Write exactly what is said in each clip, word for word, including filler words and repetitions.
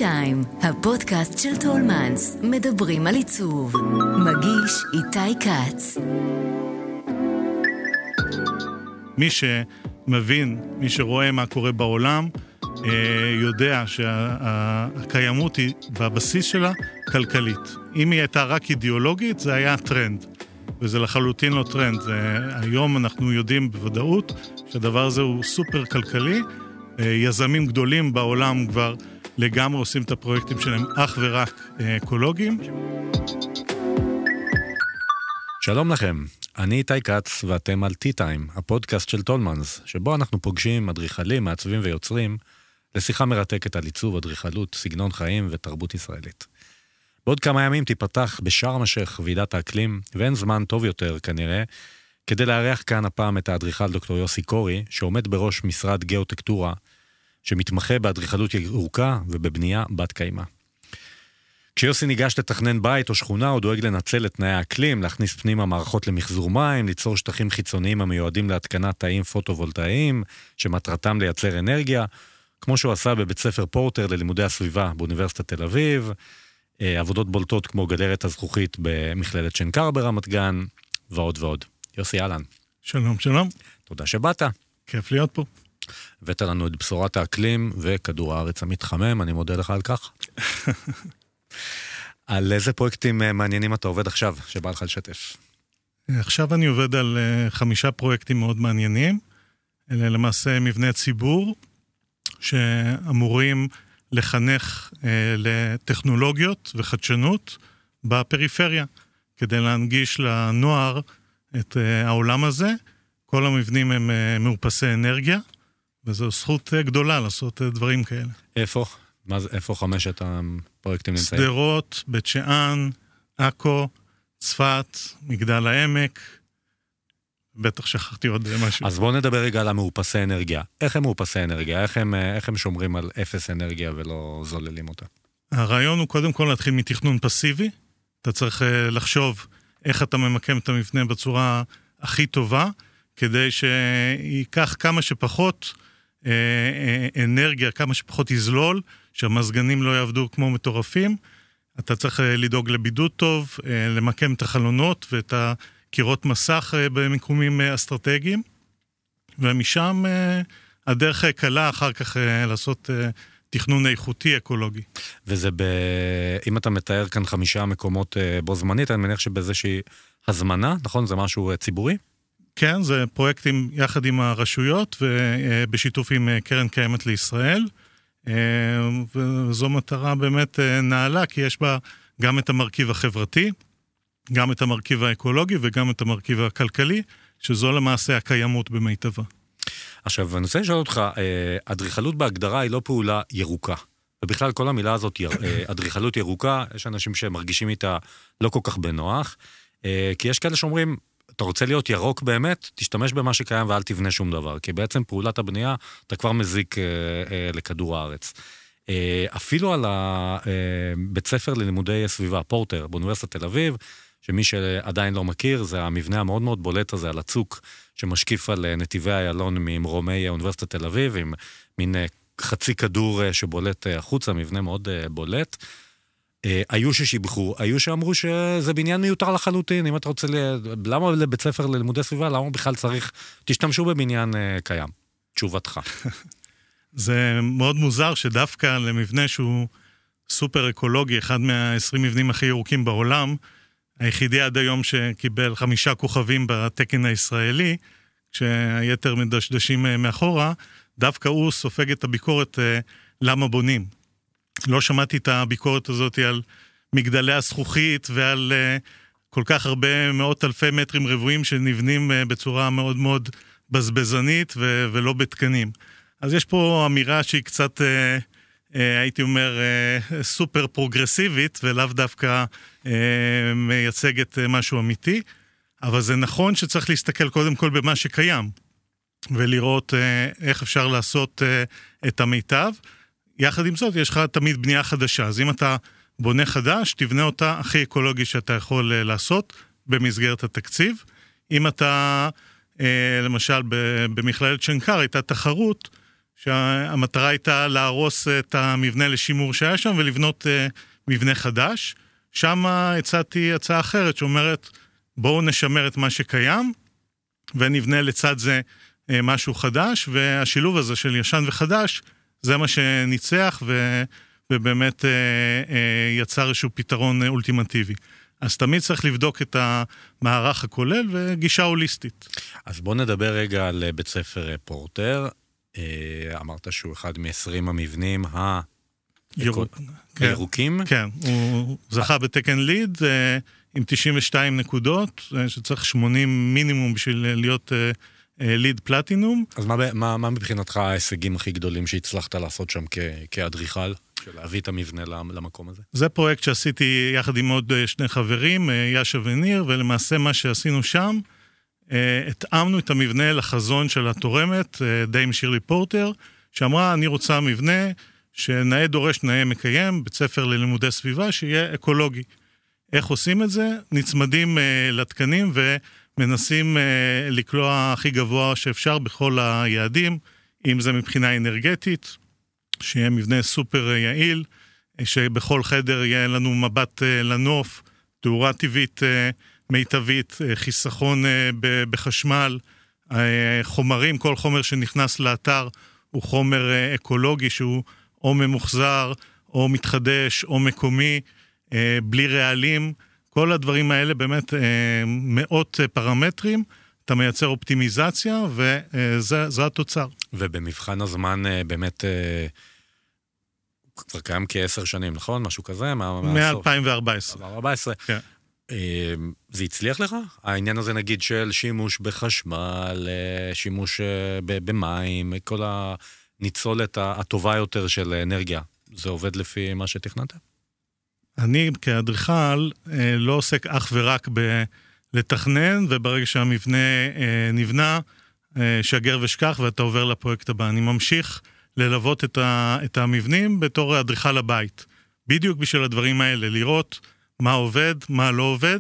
טיים, הפודקאסט של טולמנס, מדברים על עיצוב. מגיש איתי קץ. מי שמבין, מי שרואה מה קורה בעולם, יודע שהקיימות היא בבסיס שלה כלכלית. אם היא הייתה רק אידיאולוגית, זה היה טרנד. וזה לחלוטין לא טרנד. היום אנחנו יודעים בוודאות שהדבר הזה הוא סופר כלכלי. יזמים גדולים בעולם כבר לגמרי עושים את הפרויקטים שלהם אך ורק אקולוגיים. שלום לכם, אני איתי קץ ואתם על טי טיים, הפודקאסט של טולמנס, שבו אנחנו פוגשים אדריכלים, מעצבים ויוצרים לשיחה מרתקת על עיצוב, אדריכלות, סגנון חיים ותרבות ישראלית. בעוד כמה ימים תיפתח בשארם א-שייח ועידת האקלים, ואין זמן טוב יותר כנראה, כדי לארח כאן הפעם את האדריכל דוקטור יוסי קורי, שעומד בראש משרד גיאוטקטורה, שמתמחה באדריכלות ירוקה ובבנייה בת קיימא. כשיוסי ניגש לתכנן בית או שכונה, הוא דואג לנצל את תנאי האקלים, להכניס פנימה מערכות למחזור מים, ליצור שטחים חיצוניים המיועדים להתקנת תאים פוטו-וולטאיים, שמטרתם לייצר אנרגיה, כמו שהוא עשה בבית ספר פורטר ללימודי הסביבה באוניברסיטת תל אביב, עבודות בולטות כמו גלרת הזכוכית במכללת שנקר ברמת גן, ועוד ועוד. יוסי, אהלן. שלום, שלום. תודה שבאת. כיף להיות פה. הבאת לנו את בשורת האקלים וכדור הארץ המתחמם, אני מודה לך על כך. על איזה פרויקטים מעניינים אתה עובד עכשיו, שבא לך לשתף? עכשיו אני עובד על חמישה פרויקטים מאוד מעניינים. אלה למעשה מבני ציבור, שאמורים לחנך לטכנולוגיות וחדשנות בפריפריה, כדי להנגיש לנוער את העולם הזה. כל המבנים הם מאופסי אנרגיה, וזו זכות גדולה לעשות דברים כאלה. איפה? מה זה, איפה חמשת הפרויקטים נמצאים? סדרות, בית שאן, עכו, צפת, מגדל העמק, בטח שכחתי עוד משהו. אז בואו נדבר רגע על המאופסי אנרגיה. איך הם מאופסי אנרגיה? איך הם, איך הם שומרים על אפס אנרגיה ולא זוללים אותה? הרעיון הוא קודם כל להתחיל מתכנון פסיבי. אתה צריך לחשוב איך אתה ממקם את המבנה בצורה הכי טובה, כדי שיקח כמה שפחות אנרגיה, כמה שפחות יזלול, שהמזגנים לא יעבדו כמו מטורפים. אתה צריך לדאוג לבידוד טוב, למקם את החלונות ואת הקירות מסך במיקומים אסטרטגיים, ומשם הדרך קלה אחר כך לעשות תכנון איכותי אקולוגי. וזה ב... אם אתה מתאר כאן חמישה מקומות בו זמנית, אני מניח שבאיזושהי הזמנה, נכון? זה משהו ציבורי? כן, זה פרויקטים יחד עם הרשויות ובשיתוף עם קרן קיימת לישראל, וזו מטרה באמת נעלה, כי יש בה גם את המרכיב החברתי, גם את המרכיב האקולוגי וגם את המרכיב הכלכלי, שזו למעשה הקיימות במיטבה. עכשיו, אני רוצה לשאול אותך, אדריכלות בהגדרה היא לא פעולה ירוקה, ובכלל כל המילה הזאת, אדריכלות ירוקה, יש אנשים שמרגישים איתה לא כל כך בנוח, כי יש כאלה שאומרים, אתה רוצה להיות ירוק באמת, תשתמש במה שקיים ואל תבנה שום דבר, כי בעצם פעולת הבנייה, אתה כבר מזיק אה, אה, לכדור הארץ. אה, אפילו על הבית ספר ללימודי סביבה, פורטר, באוניברסיטת תל אביב, שמי שעדיין לא מכיר, זה המבנה המאוד מאוד בולט הזה, על הצוק, שמשקיף על נתיבי איילון ממרומי אוניברסיטת תל אביב, עם מין חצי כדור שבולט החוצה, מבנה מאוד בולט. היו ששיבחו, היו שאמרו שזה בניין מיותר לחלוטין, אם אתה רוצה, למה לבית ספר ללימודי סביבה, למה בכלל צריך, תשתמשו בבניין קיים, תשובתך. זה מאוד מוזר שדווקא למבנה שהוא סופר אקולוגי, אחד מה-עשרים מבנים הכי ירוקים בעולם, היחידי עד היום שקיבל חמישה כוכבים בתקן הישראלי, כשהיתר מדשדשים מאחורה, דווקא הוא סופג את הביקורת למה בונים. לא שמעתי את הביקורת הזאת על מגדלי הזכוכית ועל uh, כל כך הרבה מאות אלפי מטרים רבועים שנבנים uh, בצורה מאוד מאוד בזבזנית ו- ולא בתקנים. אז יש פה אמירה שהיא קצת, uh, uh, הייתי אומר, uh, סופר פרוגרסיבית ולאו דווקא uh, מייצגת uh, משהו אמיתי, אבל זה נכון שצריך להסתכל קודם כל במה שקיים ולראות uh, איך אפשר לעשות uh, את המיטב. יחד עם זאת, יש לך תמיד בנייה חדשה, אז אם אתה בונה חדש, תבנה אותה הכי אקולוגי שאתה יכול לעשות במסגרת התקציב. אם אתה, למשל, במכללת שנקר, הייתה תחרות שהמטרה הייתה להרוס את המבנה לשימור שהיה שם ולבנות מבנה חדש. שם הצעתי הצעה אחרת שאומרת, בואו נשמר את מה שקיים, ונבנה לצד זה משהו חדש, והשילוב הזה של ישן וחדש, זה מה שניצח, ו, ובאמת יצר איזשהו פתרון אולטימטיבי. אז תמיד צריך לבדוק את המערך הכולל, וגישה הוליסטית. אז בואו נדבר רגע על בית ספר פורטר. אמרת שהוא אחד מ-עשרים המבנים ה... ירוק. הירוקים? כן, הוא זכה בתקן ליד עם תשעים ושתיים נקודות, שצריך שמונים מינימום בשביל להיות ליד פלטינום. אז מה, מה, מה מבחינתך ההישגים הכי גדולים שהצלחת לעשות שם כ, כאדריכל, של להביא את המבנה למקום הזה? זה פרויקט שעשיתי יחד עם עוד שני חברים, יאשה וניר, ולמעשה מה שעשינו שם, התאמנו את המבנה לחזון של התורמת, דיים שירלי פורטר, שאמרה, אני רוצה מבנה שנאה דורש נאה מקיים, בית ספר ללימודי סביבה, שיהיה אקולוגי. איך עושים את זה? נצמדים לתקנים ומנסים לקלוע הכי גבוה שאפשר בכל היעדים, אם זה מבחינה אנרגטית, שיהיה מבנה סופר יעיל, שבכל חדר יהיה לנו מבט לנוף, תאורה טבעית מיטבית, חיסכון בחשמל, חומרים, כל חומר שנכנס לאתר הוא חומר אקולוגי שהוא או ממוחזר, או מתחדש, או מקומי, בלי רעלים. כל הדברים האלה באמת מאות פרמטרים, אתה מייצר אופטימיזציה, וזו התוצר. ובמבחן הזמן באמת כבר קיים כעשר שנים, נכון? משהו כזה? מ-אלפיים וארבע עשרה. אלפיים וארבע עשרה. כן. זה הצליח לך? העניין הזה נגיד של שימוש בחשמל, שימוש במים, כל הניצולת הטובה יותר של אנרגיה, זה עובד לפי מה שתכננת? אני כאדריכל לא עוסק אך ורק בלתכנן, וברגע שהמבנה נבנה, שגר ושכח ואתה עובר לפרויקט הבא. אני ממשיך ללוות את המבנים בתור אדריכל הבית. בדיוק בשביל הדברים האלה, לראות מה עובד, מה לא עובד,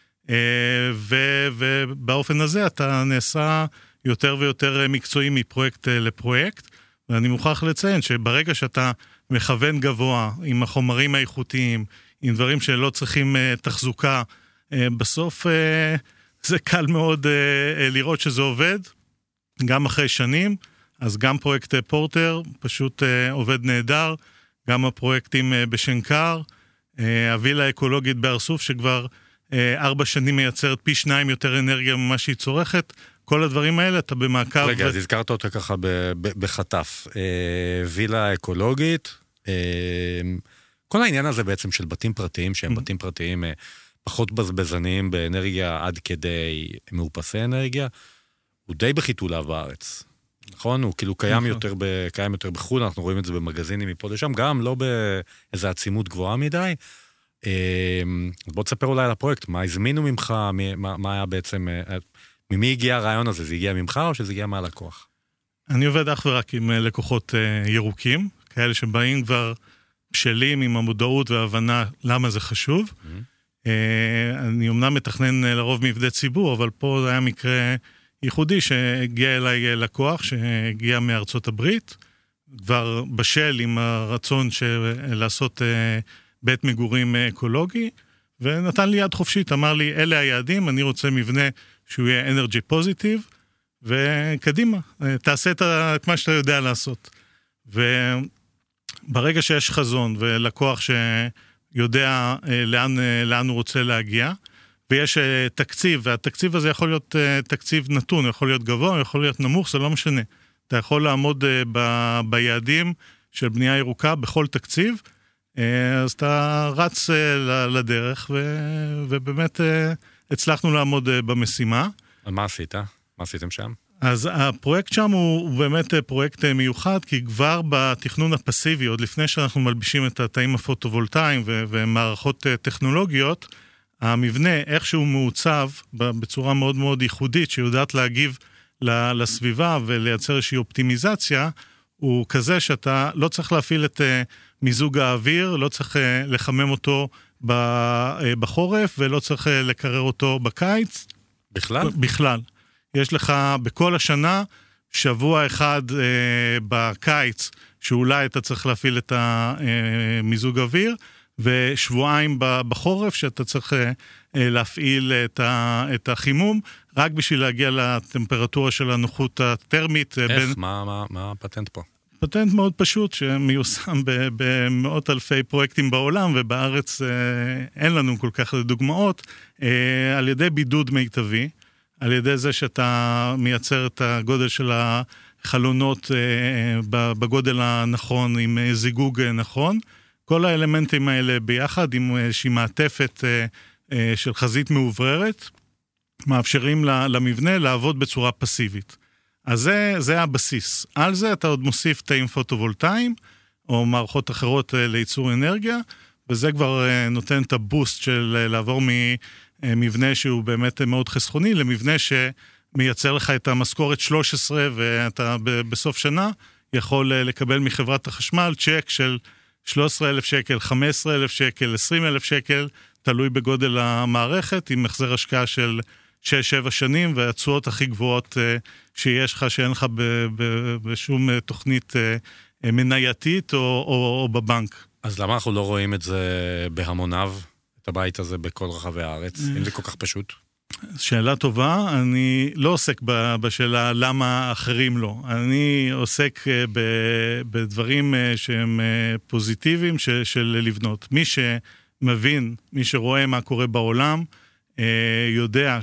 ובאופן הזה אתה נעשה יותר ויותר מקצועי מפרויקט לפרויקט, ואני מוכרח לציין שברגע שאתה מכוון גבוה עם החומרים האיכותיים, עם דברים שלא צריכים תחזוקה, בסוף זה קל מאוד לראות שזה עובד, גם אחרי שנים, אז גם פרויקט פורטר פשוט עובד נהדר, גם הפרויקטים בשנקר, הווילה האקולוגית בארסוף שכבר ארבע שנים מייצרת פי שניים יותר אנרגיה ממה שהיא צורכת, כל הדברים האלה אתה במעקב... רגע, ו... אז הזכרת אותה ככה בחטף. וילה אקולוגית, כל העניין הזה בעצם של בתים פרטיים, שהם בתים פרטיים פחות בזבזניים באנרגיה עד כדי מאופסי אנרגיה, הוא די בחיתוליו בארץ. נכון? הוא כאילו קיים יותר, ב, קיים יותר בחו"ל, אנחנו רואים את זה במגזינים מפה לשם, גם לא באיזו עצימות גבוהה מדי. בוא תספר אולי על הפרויקט, מה הזמינו ממך, מה, מה היה בעצם, ממי הגיע הרעיון הזה? זה הגיע ממך או שזה הגיע מהלקוח? אני עובד אך ורק עם לקוחות ירוקים, כאלה שבאים כבר בשלים עם המודעות וההבנה למה זה חשוב. Mm-hmm. אני אמנם מתכנן לרוב מבדי ציבור, אבל פה זה היה מקרה ייחודי שהגיע אליי לקוח, שהגיע מארצות הברית, כבר בשל עם הרצון של לעשות בית מגורים אקולוגי, ונתן לי יד חופשית, אמר לי, אלה היעדים, אני רוצה מבנה שהוא יהיה אנרגי פוזיטיב, וקדימה, תעשה את מה שאתה יודע לעשות. וברגע שיש חזון ולקוח שיודע לאן, לאן הוא רוצה להגיע, ויש תקציב, והתקציב הזה יכול להיות תקציב נתון, יכול להיות גבוה, יכול להיות נמוך, זה לא משנה. אתה יכול לעמוד ב, ביעדים של בנייה ירוקה בכל תקציב, אז אתה רץ לדרך, ו, ובאמת הצלחנו לעמוד במשימה. מה עשית? מה עשיתם שם? אז הפרויקט שם הוא, הוא באמת פרויקט מיוחד, כי כבר בתכנון הפסיבי, עוד לפני שאנחנו מלבישים את התאים הפוטו-וולטאיים ו- ומערכות טכנולוגיות, המבנה, איך שהוא מעוצב בצורה מאוד מאוד ייחודית, שיודעת להגיב לסביבה ולייצר איזושהי אופטימיזציה, הוא כזה שאתה לא צריך להפעיל את מיזוג האוויר, לא צריך לחמם אותו בחורף, ולא צריך לקרר אותו בקיץ. בכלל? בכלל. יש לך בכל השנה שבוע אחד אה, בקיץ, שאולי אתה צריך להפעיל את המיזוג אוויר, ושבועיים בחורף, שאתה צריך אה, להפעיל את, ה, את החימום, רק בשביל להגיע לטמפרטורה של הנוחות הטרמית. איך? בין... מה, מה, מה הפטנט פה? פטנט מאוד פשוט, שמיושם במאות אלפי פרויקטים בעולם, ובארץ אה, אין לנו כל כך דוגמאות, אה, על ידי בידוד מיטבי, על ידי זה שאתה מייצר את הגודל של החלונות אה, בגודל הנכון, עם זיגוג נכון. כל האלמנטים האלה ביחד, עם איזושהי מעטפת אה, אה, של חזית מעובררת, מאפשרים למבנה לעבוד בצורה פסיבית. אז זה, זה הבסיס. על זה אתה עוד מוסיף תאים פוטו-וולטאיים, או מערכות אחרות לייצור אנרגיה, וזה כבר נותן את הבוסט של לעבור ממבנה שהוא באמת מאוד חסכוני, למבנה שמייצר לך את המשכורת שלוש עשרה, ואתה בסוף שנה יכול לקבל מחברת החשמל צ'ק של שלושה עשר אלף שקל, חמישה עשר אלף שקל, עשרים אלף שקל, תלוי בגודל המערכת, עם מחזר השקעה של שש שבע שנים, והתשואות הכי גבוהות שיש לך, שאין לך בשום תוכנית מנייתית או, או, או בבנק. אז למה אנחנו לא רואים את זה בהמוניו, את הבית הזה בכל רחבי הארץ, אם זה כל כך פשוט? שאלה טובה, אני לא עוסק בשאלה למה אחרים לא. אני עוסק בדברים שהם פוזיטיביים של לבנות. מי שמבין, מי שרואה מה קורה בעולם, יודע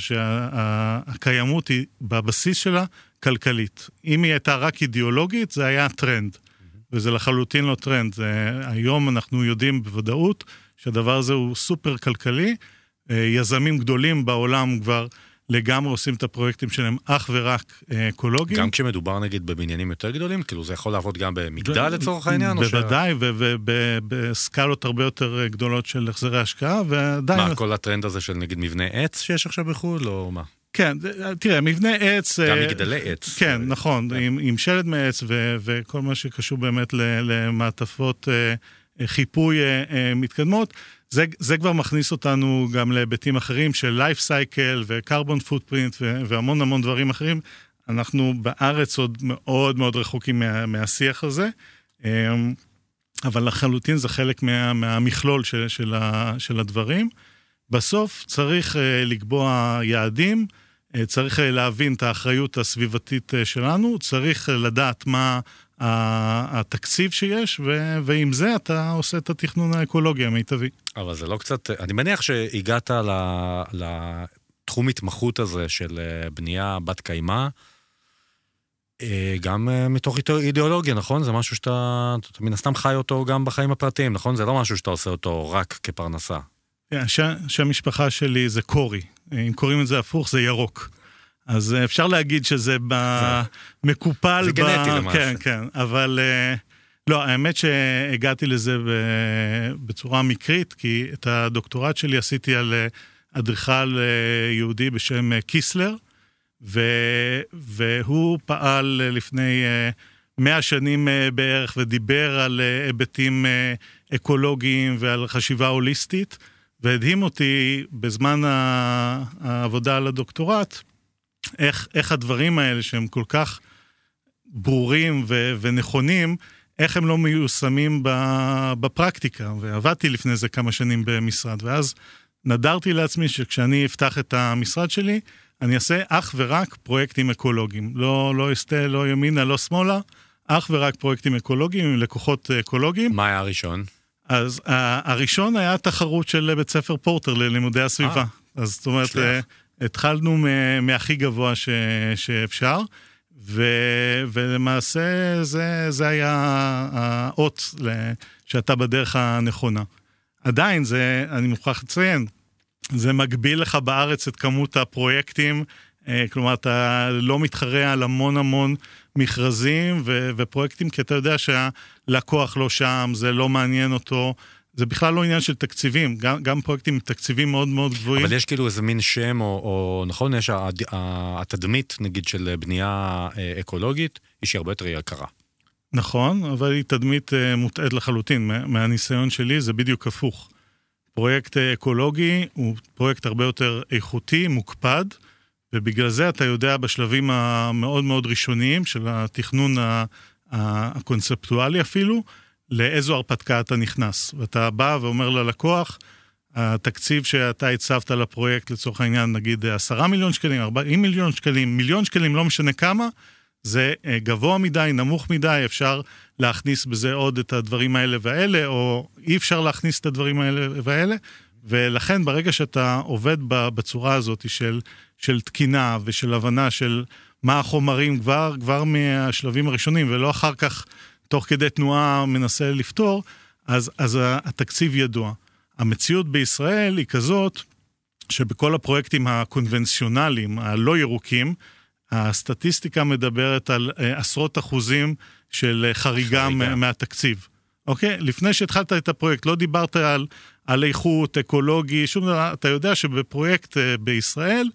שהקיימות היא בבסיס שלה כלכלית. אם היא הייתה רק אידיאולוגית, זה היה טרנד. וזה לחלוטין לא טרנד. היום אנחנו יודעים בוודאות שהדבר הזה הוא סופר כלכלי. יזמים גדולים בעולם כבר לגמרי עושים את הפרויקטים שלהם אך ורק אקולוגיים. גם כשמדובר נגיד בבניינים יותר גדולים? כאילו זה יכול לעבוד גם במגדל לצורך העניין? בוודאי, ובסקלות הרבה יותר גדולות של החזרי השקעה, ועדיין... מה, כל הטרנד הזה של נגיד מבנה עץ שיש עכשיו בחו"ל, או מה? כן, תראה, מבנה עץ... גם מגדלי עץ. כן, נכון, עם שלד מעץ וכל מה שקשור באמת למעטפות חיפוי מתקדמות, זה, זה כבר מכניס אותנו גם להיבטים אחרים של לייף סייקל וקרבון פוטפרינט והמון המון דברים אחרים. אנחנו בארץ עוד מאוד מאוד רחוקים מה, מהשיח הזה, אבל לחלוטין זה חלק מה, מהמכלול של, של, ה, של הדברים. בסוף צריך לקבוע יעדים, צריך להבין את האחריות הסביבתית שלנו, צריך לדעת מה התקציב שיש, ועם זה אתה עושה את התכנון האקולוגי המיטבי. אבל זה לא קצת, אני מניח שהגעת לתחום התמחות הזה של בנייה בת קיימה, גם מתוך אידיאולוגיה, נכון? זה משהו שאתה, אתה מן הסתם חי אותו גם בחיים הפרטיים, נכון? זה לא משהו שאתה עושה אותו רק כפרנסה. שהמשפחה שלי זה קורי, אם קוראים את זה הפוך זה ירוק. אז אפשר להגיד שזה מקופל... זה גנטי למעשה. כן, כן, אבל לא, האמת שהגעתי לזה בצורה מקרית, כי את הדוקטורט שלי עשיתי על אדריכל יהודי בשם קיסלר, והוא פעל לפני מאה שנים בערך, ודיבר על היבטים אקולוגיים ועל חשיבה הוליסטית, והדהים אותי בזמן העבודה על הדוקטורט, איך, איך הדברים האלה שהם כל כך ברורים ו, ונכונים, איך הם לא מיושמים בפרקטיקה. ועבדתי לפני זה כמה שנים במשרד, ואז נדרתי לעצמי שכשאני אפתח את המשרד שלי, אני אעשה אך ורק פרויקטים אקולוגיים. לא, לא אסתה, לא ימינה, לא שמאלה, אך ורק פרויקטים אקולוגיים עם לקוחות אקולוגיים. מה היה הראשון? אז הראשון היה תחרות של בית ספר פורטר ללימודי הסביבה. אז זאת אומרת, התחלנו מהכי גבוה ש, שאפשר, ו, ולמעשה זה, זה היה האות שאתה בדרך הנכונה. עדיין זה, אני מוכרח לציין, זה מגביל לך בארץ את כמות הפרויקטים, כלומר, אתה לא מתחרה על המון המון מכרזים ו- ופרויקטים, כי אתה יודע שהלקוח לא שם, זה לא מעניין אותו, זה בכלל לא עניין של תקציבים, גם, גם פרויקטים עם תקציבים מאוד מאוד גבוהים. אבל יש כאילו איזה מין שם, או, או נכון, יש התדמית, נגיד, של בנייה אקולוגית, היא שהיא הרבה יותר יקרה. נכון, אבל היא תדמית מוטעית לחלוטין. מהניסיון שלי זה בדיוק הפוך. פרויקט אקולוגי הוא פרויקט הרבה יותר איכותי, מוקפד, ובגלל זה אתה יודע בשלבים המאוד מאוד ראשוניים של התכנון הקונספטואלי אפילו, לאיזו הרפתקה אתה נכנס. ואתה בא ואומר ללקוח, התקציב שאתה הצבת לפרויקט לצורך העניין, נגיד עשרה מיליון שקלים, ארבעים מיליון שקלים, מיליון שקלים, לא משנה כמה, זה גבוה מדי, נמוך מדי, אפשר להכניס בזה עוד את הדברים האלה והאלה, או אי אפשר להכניס את הדברים האלה והאלה, ולכן ברגע שאתה עובד בצורה הזאת של, של תקינה ושל הבנה של מה החומרים כבר, כבר מהשלבים הראשונים, ולא אחר כך תוך כדי תנועה מנסה לפתור, אז, אז התקציב ידוע. המציאות בישראל היא כזאת, שבכל הפרויקטים הקונבנציונליים, הלא ירוקים, הסטטיסטיקה מדברת על עשרות אחוזים של חריגה, חריגה. מהתקציב. אוקיי? לפני שהתחלת את הפרויקט, לא דיברת על, על איכות, אקולוגי, שום דבר, אתה יודע שבפרויקט בישראל,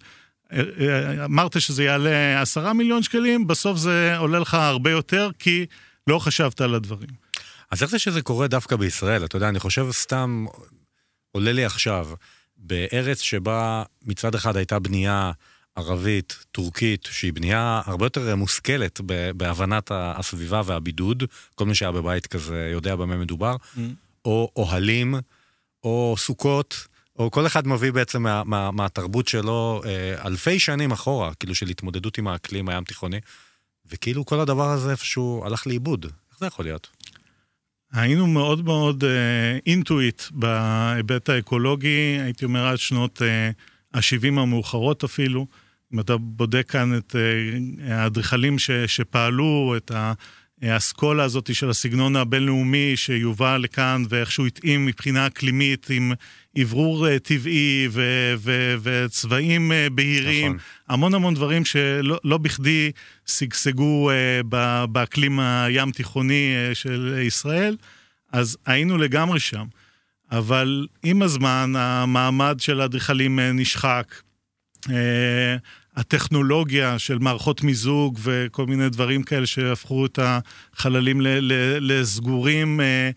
אמרת שזה יעלה עשרה מיליון שקלים, בסוף זה עולה לך הרבה יותר, כי לא חשבת על הדברים. אז איך זה שזה קורה דווקא בישראל? אתה יודע, אני חושב סתם, עולה לי עכשיו, בארץ שבה מצד אחד הייתה בנייה ערבית, טורקית, שהיא בנייה הרבה יותר מושכלת בהבנת הסביבה והבידוד, כל מי שהיה בבית כזה יודע במה מדובר, mm. או אוהלים, או סוכות, או כל אחד מביא בעצם מה, מה, מהתרבות שלו אה, אלפי שנים אחורה, כאילו של התמודדות עם האקלים הים תיכוני, וכאילו כל הדבר הזה איפשהו הלך לאיבוד. איך זה יכול להיות? היינו מאוד מאוד אינטואיט בהיבט האקולוגי, הייתי אומר עד שנות ה-שבעים המאוחרות אפילו, אם אתה בודק כאן את האדריכלים ש, שפעלו, את האסכולה הזאת של הסגנון הבינלאומי שיובא לכאן, ואיכשהו התאים מבחינה אקלימית עם עברור טבעי ו- ו- וצבעים בהירים, נכון. המון המון דברים שלא לא בכדי סגסגו uh, באקלים הים תיכוני uh, של ישראל, אז היינו לגמרי שם. אבל עם הזמן המעמד של האדריכלים uh, נשחק, uh, הטכנולוגיה של מערכות מיזוג וכל מיני דברים כאלה שהפכו את החללים ל- ל- לסגורים, uh,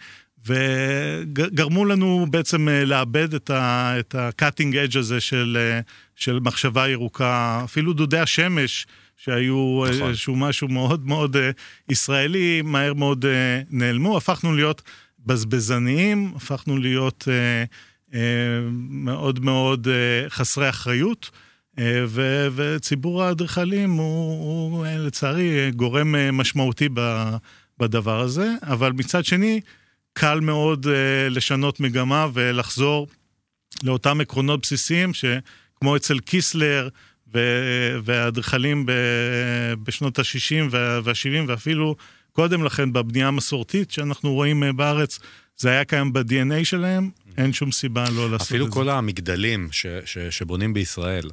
וגרמו לנו בעצם לאבד את ה- את ה-cutting edge הזה של, של מחשבה ירוקה, אפילו דודי השמש, שהיו נכון. איזשהו משהו מאוד מאוד ישראלי, מהר מאוד נעלמו, הפכנו להיות בזבזניים, הפכנו להיות מאוד מאוד חסרי אחריות, ו- וציבור האדריכלים הוא, הוא לצערי גורם משמעותי בדבר הזה, אבל מצד שני, קל מאוד uh, לשנות מגמה ולחזור לאותם עקרונות בסיסיים שכמו אצל קיסלר ו- והאדריכלים ב- בשנות ה-שישים וה-שבעים ואפילו קודם לכן בבנייה המסורתית שאנחנו רואים uh, בארץ, זה היה קיים ב-די אן איי שלהם, אין שום סיבה לא לעשות את זה. אפילו כל המגדלים ש- ש- שבונים בישראל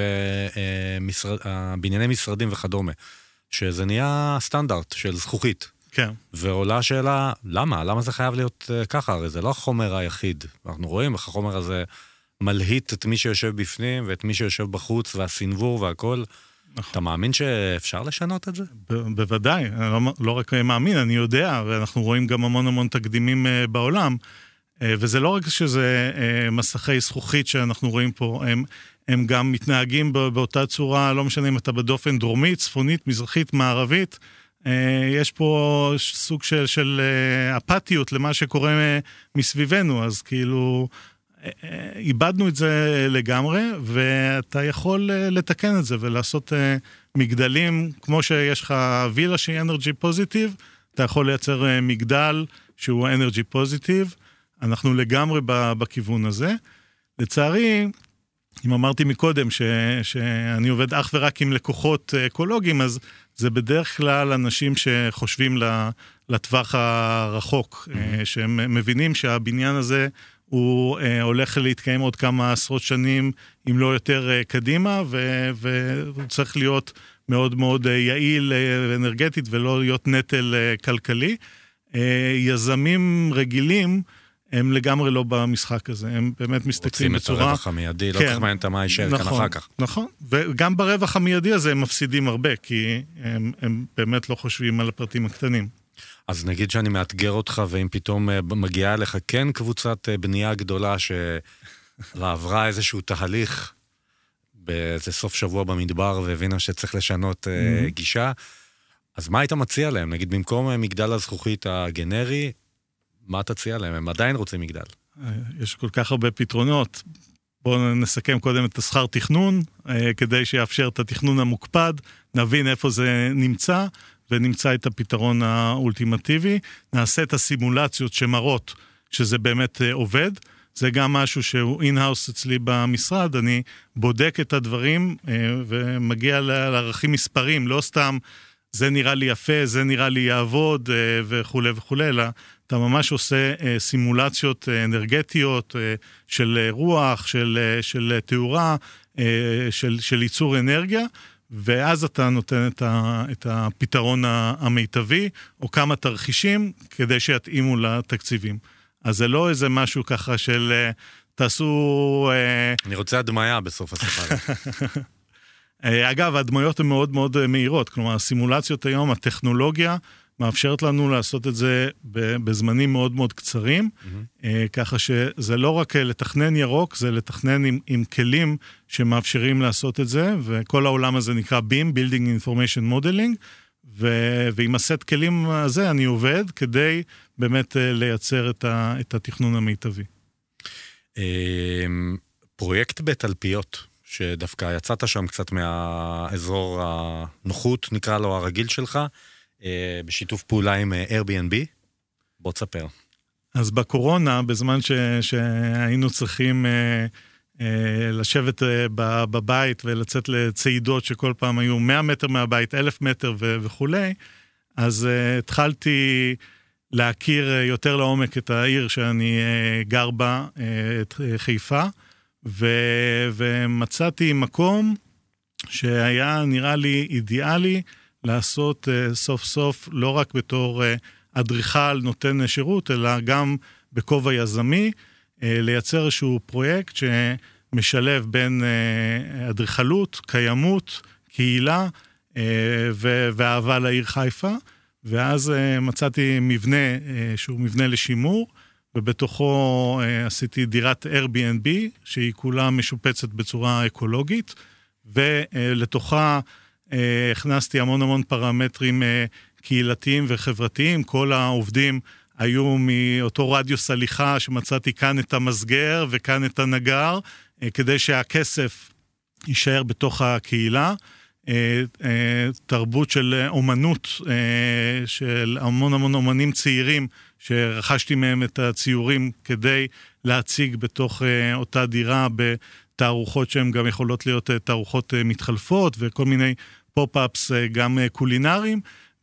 ובנייני משרדים וכדומה, שזה נהיה סטנדרט של זכוכית. כן. ועולה השאלה, למה? למה זה חייב להיות uh, ככה? הרי זה לא החומר היחיד. אנחנו רואים איך החומר הזה מלהיט את מי שיושב בפנים ואת מי שיושב בחוץ, והסינבור והכל. נכון. אתה מאמין שאפשר לשנות את זה? ב- בוודאי. אני לא, לא רק מאמין, אני יודע, ואנחנו רואים גם המון המון תקדימים uh, בעולם. Uh, וזה לא רק שזה uh, מסכי זכוכית שאנחנו רואים פה, הם, הם גם מתנהגים באותה צורה, לא משנה אם אתה בדופן דרומית, צפונית, מזרחית, מערבית, יש פה סוג של, של אפתיות למה שקורה מסביבנו, אז כאילו איבדנו את זה לגמרי, ואתה יכול לתקן את זה ולעשות מגדלים, כמו שיש לך וילה שהיא אנרגי פוזיטיב, אתה יכול לייצר מגדל שהוא אנרגי פוזיטיב, אנחנו לגמרי בכיוון הזה. לצערי, אם אמרתי מקודם ש, שאני עובד אך ורק עם לקוחות אקולוגיים, אז זה בדרך כלל אנשים שחושבים לטווח הרחוק, mm-hmm. שהם מבינים שהבניין הזה הוא הולך להתקיים עוד כמה עשרות שנים, אם לא יותר קדימה, והוא צריך להיות מאוד מאוד יעיל ואנרגטית, ולא להיות נטל כלכלי. יזמים רגילים, הם לגמרי לא במשחק הזה, הם באמת מסתכלים בצורה... רוצים את הרווח המיידי, כן, לא כך מעניין את מה יישאר נכון, כאן אחר כך. נכון, וגם ברווח המיידי הזה הם מפסידים הרבה, כי הם, הם באמת לא חושבים על הפרטים הקטנים. אז נגיד שאני מאתגר אותך, ואם פתאום מגיעה לך כן קבוצת בנייה גדולה, שעברה איזשהו תהליך באיזה סוף שבוע במדבר, והבינה שצריך לשנות mm-hmm. גישה. אז מה היית מציע להם? נגיד, במקום מגדל הזכוכית הגנרי, מה תציע להם? הם עדיין רוצים מגדל. יש כל כך הרבה פתרונות. בואו נסכם קודם את השכר תכנון, כדי שיאפשר את התכנון המוקפד, נבין איפה זה נמצא, ונמצא את הפתרון האולטימטיבי, נעשה את הסימולציות שמראות שזה באמת עובד, זה גם משהו שהוא אין-האוס אצלי במשרד, אני בודק את הדברים ומגיע לערכים מספרים, לא סתם זה נראה לי יפה, זה נראה לי יעבוד וכו' וכו', אלא אתה ממש עושה סימולציות אנרגטיות של רוח, של, של תאורה, של, של ייצור אנרגיה, ואז אתה נותן את, ה, את הפתרון המיטבי, או כמה תרחישים, כדי שיתאימו לתקציבים. אז זה לא איזה משהו ככה של תעשו... אני רוצה הדמיה בסוף השיחה. אגב, הדמיות הן מאוד מאוד מהירות, כלומר, הסימולציות היום, הטכנולוגיה, מאפשרת לנו לעשות את זה בזמנים מאוד מאוד קצרים, mm-hmm. ככה שזה לא רק לתכנן ירוק, זה לתכנן עם, עם כלים שמאפשרים לעשות את זה, וכל העולם הזה נקרא בים, Building Information Modeling, ו- ועם הסט כלים הזה אני עובד, כדי באמת לייצר את, ה- את התכנון המיטבי. פרויקט בתלפיות, שדווקא יצאת שם קצת מהאזור הנוחות, נקרא לו הרגיל שלך, בשיתוף פעולה עם Airbnb, בוא תספר. אז בקורונה, בזמן ש, שהיינו צריכים אה, אה, לשבת אה, בבית ולצאת לצעידות שכל פעם היו מאה מטר מהבית, אלף מטר ו, וכו', אז אה, התחלתי להכיר יותר לעומק את העיר שאני אה, גר בה, אה, את חיפה, ו, ומצאתי מקום שהיה נראה לי אידיאלי, לעשות uh, סוף סוף, לא רק בתור uh, אדריכל נותן שירות, אלא גם בכובע יזמי, uh, לייצר איזשהו פרויקט שמשלב בין uh, אדריכלות, קיימות, קהילה, uh, ו- ואהבה לעיר חיפה, ואז uh, מצאתי מבנה uh, שהוא מבנה לשימור, ובתוכו uh, עשיתי דירת Airbnb, שהיא כולה משופצת בצורה אקולוגית, ולתוכה הכנסתי המון המון פרמטרים קהילתיים וחברתיים, כל העובדים היו מאותו רדיוס הליכה שמצאתי כאן את המסגר וכאן את הנגר, כדי שהכסף יישאר בתוך הקהילה, תרבות של אומנות, של המון המון אומנים צעירים, שרכשתי מהם את הציורים כדי להציג בתוך אותה דירה בתערוכות שהן גם יכולות להיות תערוכות מתחלפות וכל מיני פופ-אפס גם קולינריים,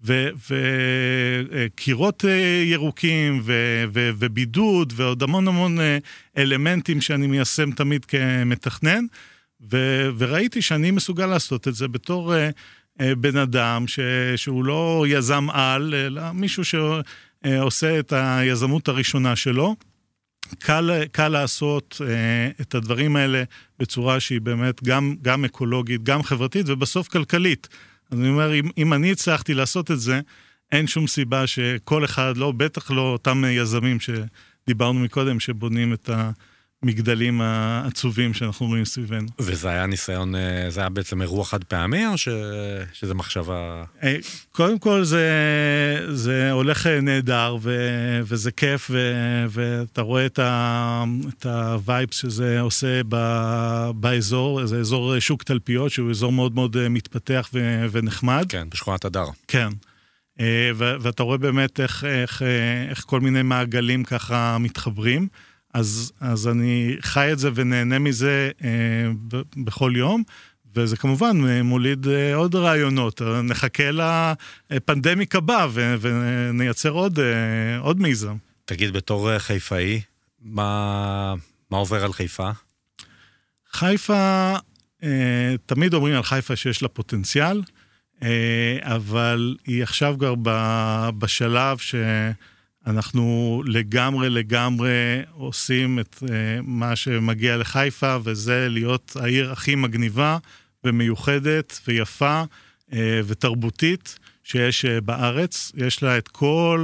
וקירות ירוקים, ובידוד, ועוד המון המון אלמנטים שאני מיישם תמיד כמתכנן, וראיתי שאני מסוגל לעשות את זה בתור בן אדם, שהוא לא יזם על, אלא מישהו שעושה את היזמות הראשונה שלו, קל, קל לעשות אה, את הדברים האלה בצורה שהיא באמת גם, גם אקולוגית, גם חברתית, ובסוף כלכלית. אז אני אומר, אם, אם אני הצלחתי לעשות את זה, אין שום סיבה שכל אחד, לא, בטח לא אותם יזמים שדיברנו מקודם, שבונים את המגדלים העצובים שאנחנו רואים סביבנו. וזה היה ניסיון, זה היה בעצם אירוע חד פעמי, או ש... שזה מחשבה? קודם כל זה, זה הולך נהדר, ו... וזה כיף, ו... ואתה רואה את, ה... את הווייבס שזה עושה ב... באזור, זה אזור שוק תלפיות, שהוא אזור מאוד מאוד מתפתח ו... ונחמד. כן, בשכונת הדר. כן. ו... ואתה רואה באמת איך, איך, איך כל מיני מעגלים ככה מתחברים, אז, אז אני חי את זה ונהנה מזה אה, ב, בכל יום, וזה כמובן מוליד אה, עוד רעיונות. נחכה לפנדמיק הבא ו, ונייצר עוד, אה, עוד מיזם. תגיד, בתור חיפאי, מה, מה עובר על חיפה? חיפה, אה, תמיד אומרים על חיפה שיש לה פוטנציאל, אה, אבל היא עכשיו כבר ב, בשלב ש... אנחנו לגמרי לגמרי עושים את uh, מה שמגיע לחיפה, וזה להיות העיר הכי מגניבה ומיוחדת ויפה uh, ותרבותית שיש uh, בארץ. יש לה את כל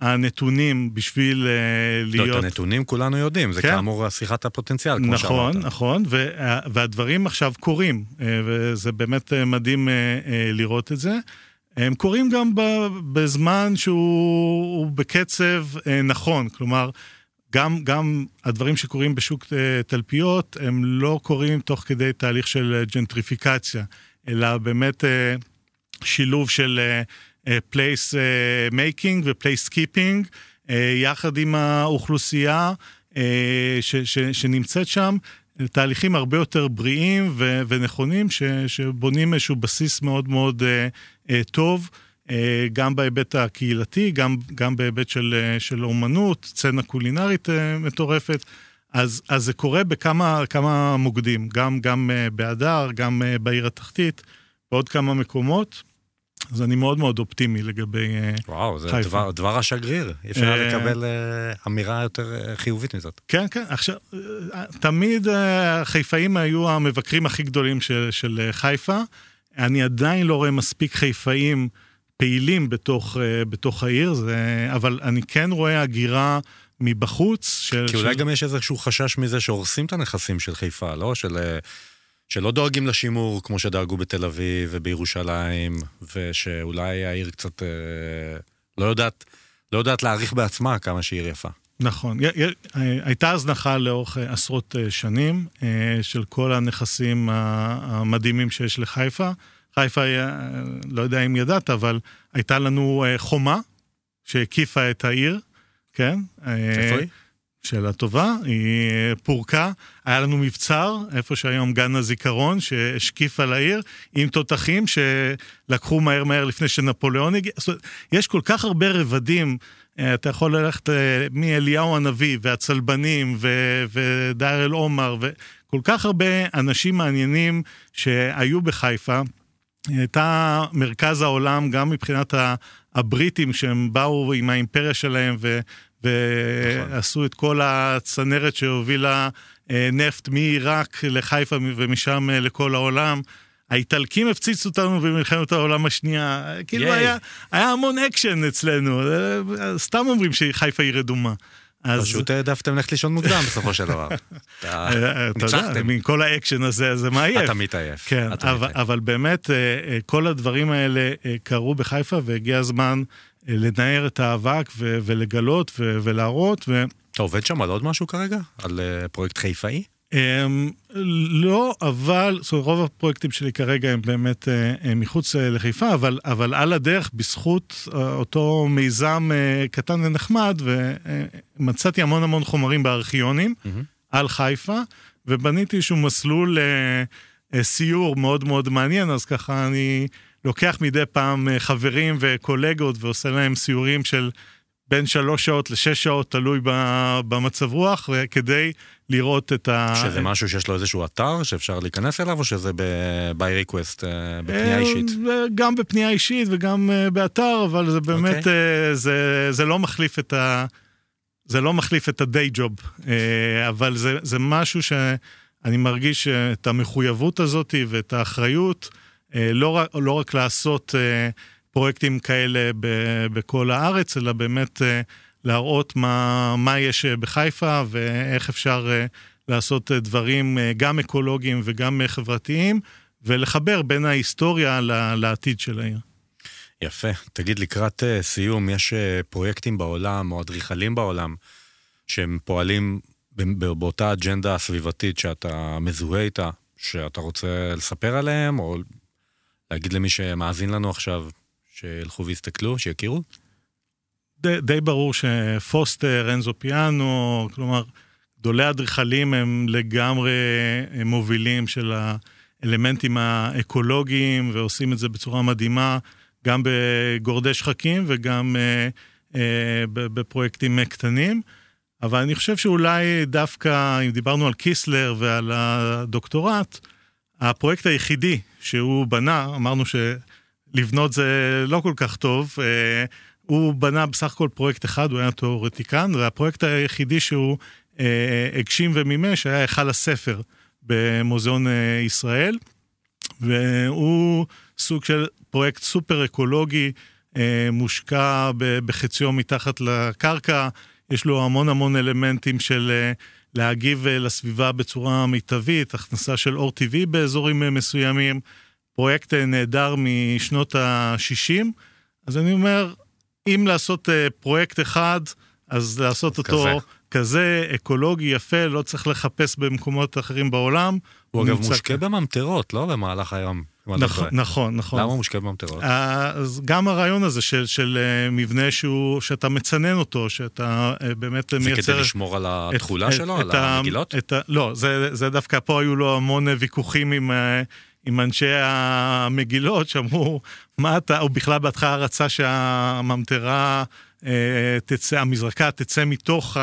הנתונים בשביל להיות... לא, את הנתונים כולנו יודעים, זה כאמור שיחת הפוטנציאל, כמו שאמרת. נכון, נכון, והדברים עכשיו קורים, וזה באמת מדהים לראות את זה. הם קורים גם בזמן שהוא בקצב נכון, כלומר, גם, גם הדברים שקורים בשוק תלפיות, הם לא קורים תוך כדי תהליך של ג'נטריפיקציה, אלא באמת שילוב של place making ו-place keeping, יחד עם האוכלוסייה ש, ש, שנמצאת שם, תהליכים הרבה יותר בריאים ו, ונכונים, ש, שבונים איזשהו בסיס מאוד מאוד טוב, גם בהיבט הקהילתי, גם, גם בהיבט של, של אומנות, סצנה קולינרית מטורפת, אז, אז זה קורה בכמה כמה מוקדים, גם, גם באדר, גם בעיר התחתית, בעוד כמה מקומות, אז אני מאוד מאוד אופטימי לגבי חיפה. וואו, זה דבר, דבר השגריר, אפשר לקבל אמירה יותר חיובית מזאת. כן, כן, עכשיו, תמיד החיפאים היו המבקרים הכי גדולים של, של חיפה, אני עדיין לא רואה מספיק חיפאים פעילים בתוך, בתוך העיר, זה, אבל אני כן רואה הגירה מבחוץ. של, כי אולי של... גם יש איזשהו חשש מזה שהורסים את הנכסים של חיפה, לא? של, שלא דואגים לשימור כמו שדאגו בתל אביב ובירושלים, ושאולי העיר קצת לא יודעת, לא יודעת להעריך בעצמה כמה שהיא יפה. נכון, הייתה הזנחה לאורך עשרות שנים של כל הנכסים המדהימים שיש לחיפה. חיפה, לא יודע אם ידעת, אבל הייתה לנו חומה שהקיפה את העיר, כן? איפה היא? שאלה טובה, היא פורקה, היה לנו מבצר, איפה שהיום גן הזיכרון, שהשקיף על העיר, עם תותחים שלקחו מהר מהר לפני שנפוליאון הגיע, יש כל כך הרבה רבדים, אתה יכול ללכת מאליהו הנביא, והצלבנים, ודייר אל עומר, וכל כך הרבה אנשים מעניינים שהיו בחיפה, הייתה מרכז העולם, גם מבחינת הבריטים, שהם באו עם האימפריה שלהם, ו... ועשו את כל הצנרת שהובילה נפט מעיראק לחיפה ומשם לכל העולם. האיטלקים הפציצו אותנו במלחמת העולם השנייה. כאילו היה, היה המון אקשן אצלנו. סתם אומרים שחיפה היא רדומה. פשוט העדפתם ללכת לישון מוקדם בסופו של דבר. ניצחתם. מכל האקשן הזה, זה מה עייף. אתה מתעייף. כן, אבל באמת כל הדברים האלה קרו בחיפה, והגיע הזמן לנער את האבק ולגלות ולהראות. אתה עובד שם על עוד משהו כרגע? על פרויקט חיפאי? לא, אבל רוב הפרויקטים שלי כרגע הם באמת מחוץ לחיפה, אבל, אבל על הדרך, בזכות אותו מיזם קטן ונחמד, ומצאתי המון המון חומרים בארכיונים על חיפה, ובניתי איזשהו מסלול סיור מאוד מאוד מעניין, אז ככה אני לוקח מדי פעם חברים וקולגות, ועושה להם סיורים של בין שלוש שעות לשש שעות, תלוי במצב רוח, וכדי לראות את ה... שזה משהו שיש לו איזשהו אתר שאפשר להיכנס אליו, או שזה ב-by request, בפנייה אישית? גם בפנייה אישית וגם באתר, אבל זה באמת, זה, זה לא מחליף את ה... זה לא מחליף את ה-day job, אבל זה, זה משהו שאני מרגיש את המחויבות הזאת ואת האחריות, לא רק, לא רק לעשות פרויקטים כאלה בכל הארץ, אלא באמת להראות מה, מה יש בחיפה, ואיך אפשר לעשות דברים גם אקולוגיים וגם חברתיים, ולחבר בין ההיסטוריה לעתיד של העיר. יפה. תגיד, לקראת סיום, יש פרויקטים בעולם, או אדריכלים בעולם, שהם פועלים באותה אג'נדה הסביבתית שאתה מזוהה איתה, שאתה רוצה לספר עליהם, או להגיד למי שמאזין לנו עכשיו, שילכו ויסתכלו, שיכירו? די, די ברור שפוסטר, אנזו פיאנו, כלומר, גדולי אדריכלים הם לגמרי מובילים של האלמנטים האקולוגיים, ועושים את זה בצורה מדהימה, גם בגורדי שחקים וגם אה, אה, בפרויקטים קטנים. אבל אני חושב שאולי דווקא, אם דיברנו על קיסלר ועל הדוקטורט, הפרויקט היחידי שהוא בנה, אמרנו שלבנות זה לא כל כך טוב, אה, הוא בנה בסך הכל פרויקט אחד, הוא היה תיאורטיקן, והפרויקט היחידי שהוא אה, הגשים ומימש היה היכל הספר במוזיאון אה, ישראל, והוא סוג של פרויקט סופר אקולוגי, מושקע בחציו מתחת לקרקע, יש לו המון המון אלמנטים של להגיב לסביבה בצורה מיטבית, הכנסה של אור טבעי באזורים מסוימים, פרויקט נהדר משנות ה-שישים, אז אני אומר, אם לעשות פרויקט אחד, אז לעשות אותו כזה. כזה, אקולוגי, יפה, לא צריך לחפש במקומות אחרים בעולם. הוא אגב מושקע בממטרות, לא במהלך היום. נכון, נכון, נכון. למה הוא מושקע בממטרות? אז גם הרעיון הזה של, של מבנה שהוא, שאתה מצנן אותו, שאתה באמת מייצר... זה כדי לשמור על התכולה שלו, על המגילות? לא, זה, זה דווקא פה היו לו המון ויכוחים עם... עם אנשי המגילות שאמרו, מה אתה, או בכלל בהתחלה רצה שהממטרה תצא, המזרקה תצא מתוך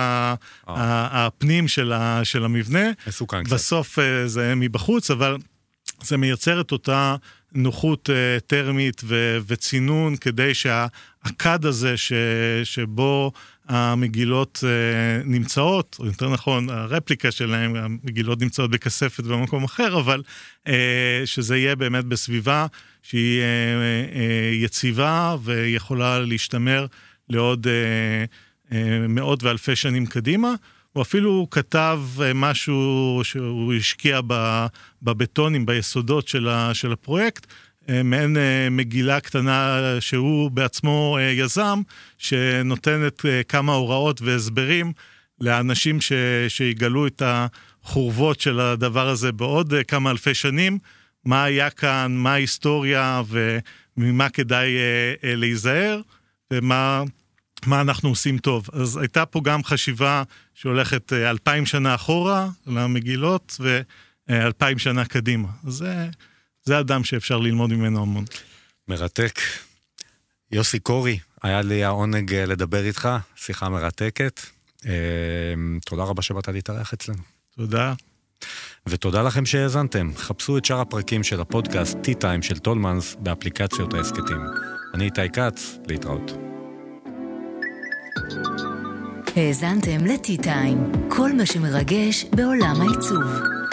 הפנים של המבנה. מסוכן קצת. בסוף זה מבחוץ, אבל זה מייצר את אותה נוחות טרמית וצינון, כדי שהעקד הזה שבו המגילות נמצאות, או יותר נכון, הרפליקה שלהם, המגילות נמצאות בכספת במקום אחר, אבל שזה יהיה באמת בסביבה שהיא יציבה ויכולה להשתמר לעוד מאות ואלפי שנים קדימה. הוא אפילו כתב משהו שהוא השקיע בבטונים, ביסודות של הפרויקט, מעין מגילה קטנה שהוא בעצמו יזם, שנותנת כמה הוראות והסברים לאנשים ש, שיגלו את החורבות של הדבר הזה בעוד כמה אלפי שנים, מה היה כאן, מה ההיסטוריה וממה כדאי להיזהר, ומה מה אנחנו עושים טוב. אז הייתה פה גם חשיבה שהולכת אלפיים שנה אחורה למגילות, ואלפיים שנה קדימה. אז זה, זה אדם שאפשר ללמוד ממנו המון. מרתק. יוסי קורי, היה לי העונג לדבר איתך, שיחה מרתקת. תודה רבה שבאת להתארח אצלנו. תודה. ותודה לכם שהאזנתם. חפשו את שאר הפרקים של הפודקאסט Tea Time של טולמנס באפליקציות העסקתים. אני איתי קץ, להתראות. האזנתם ל-Tea Time, כל מה שמרגש בעולם העיצוב.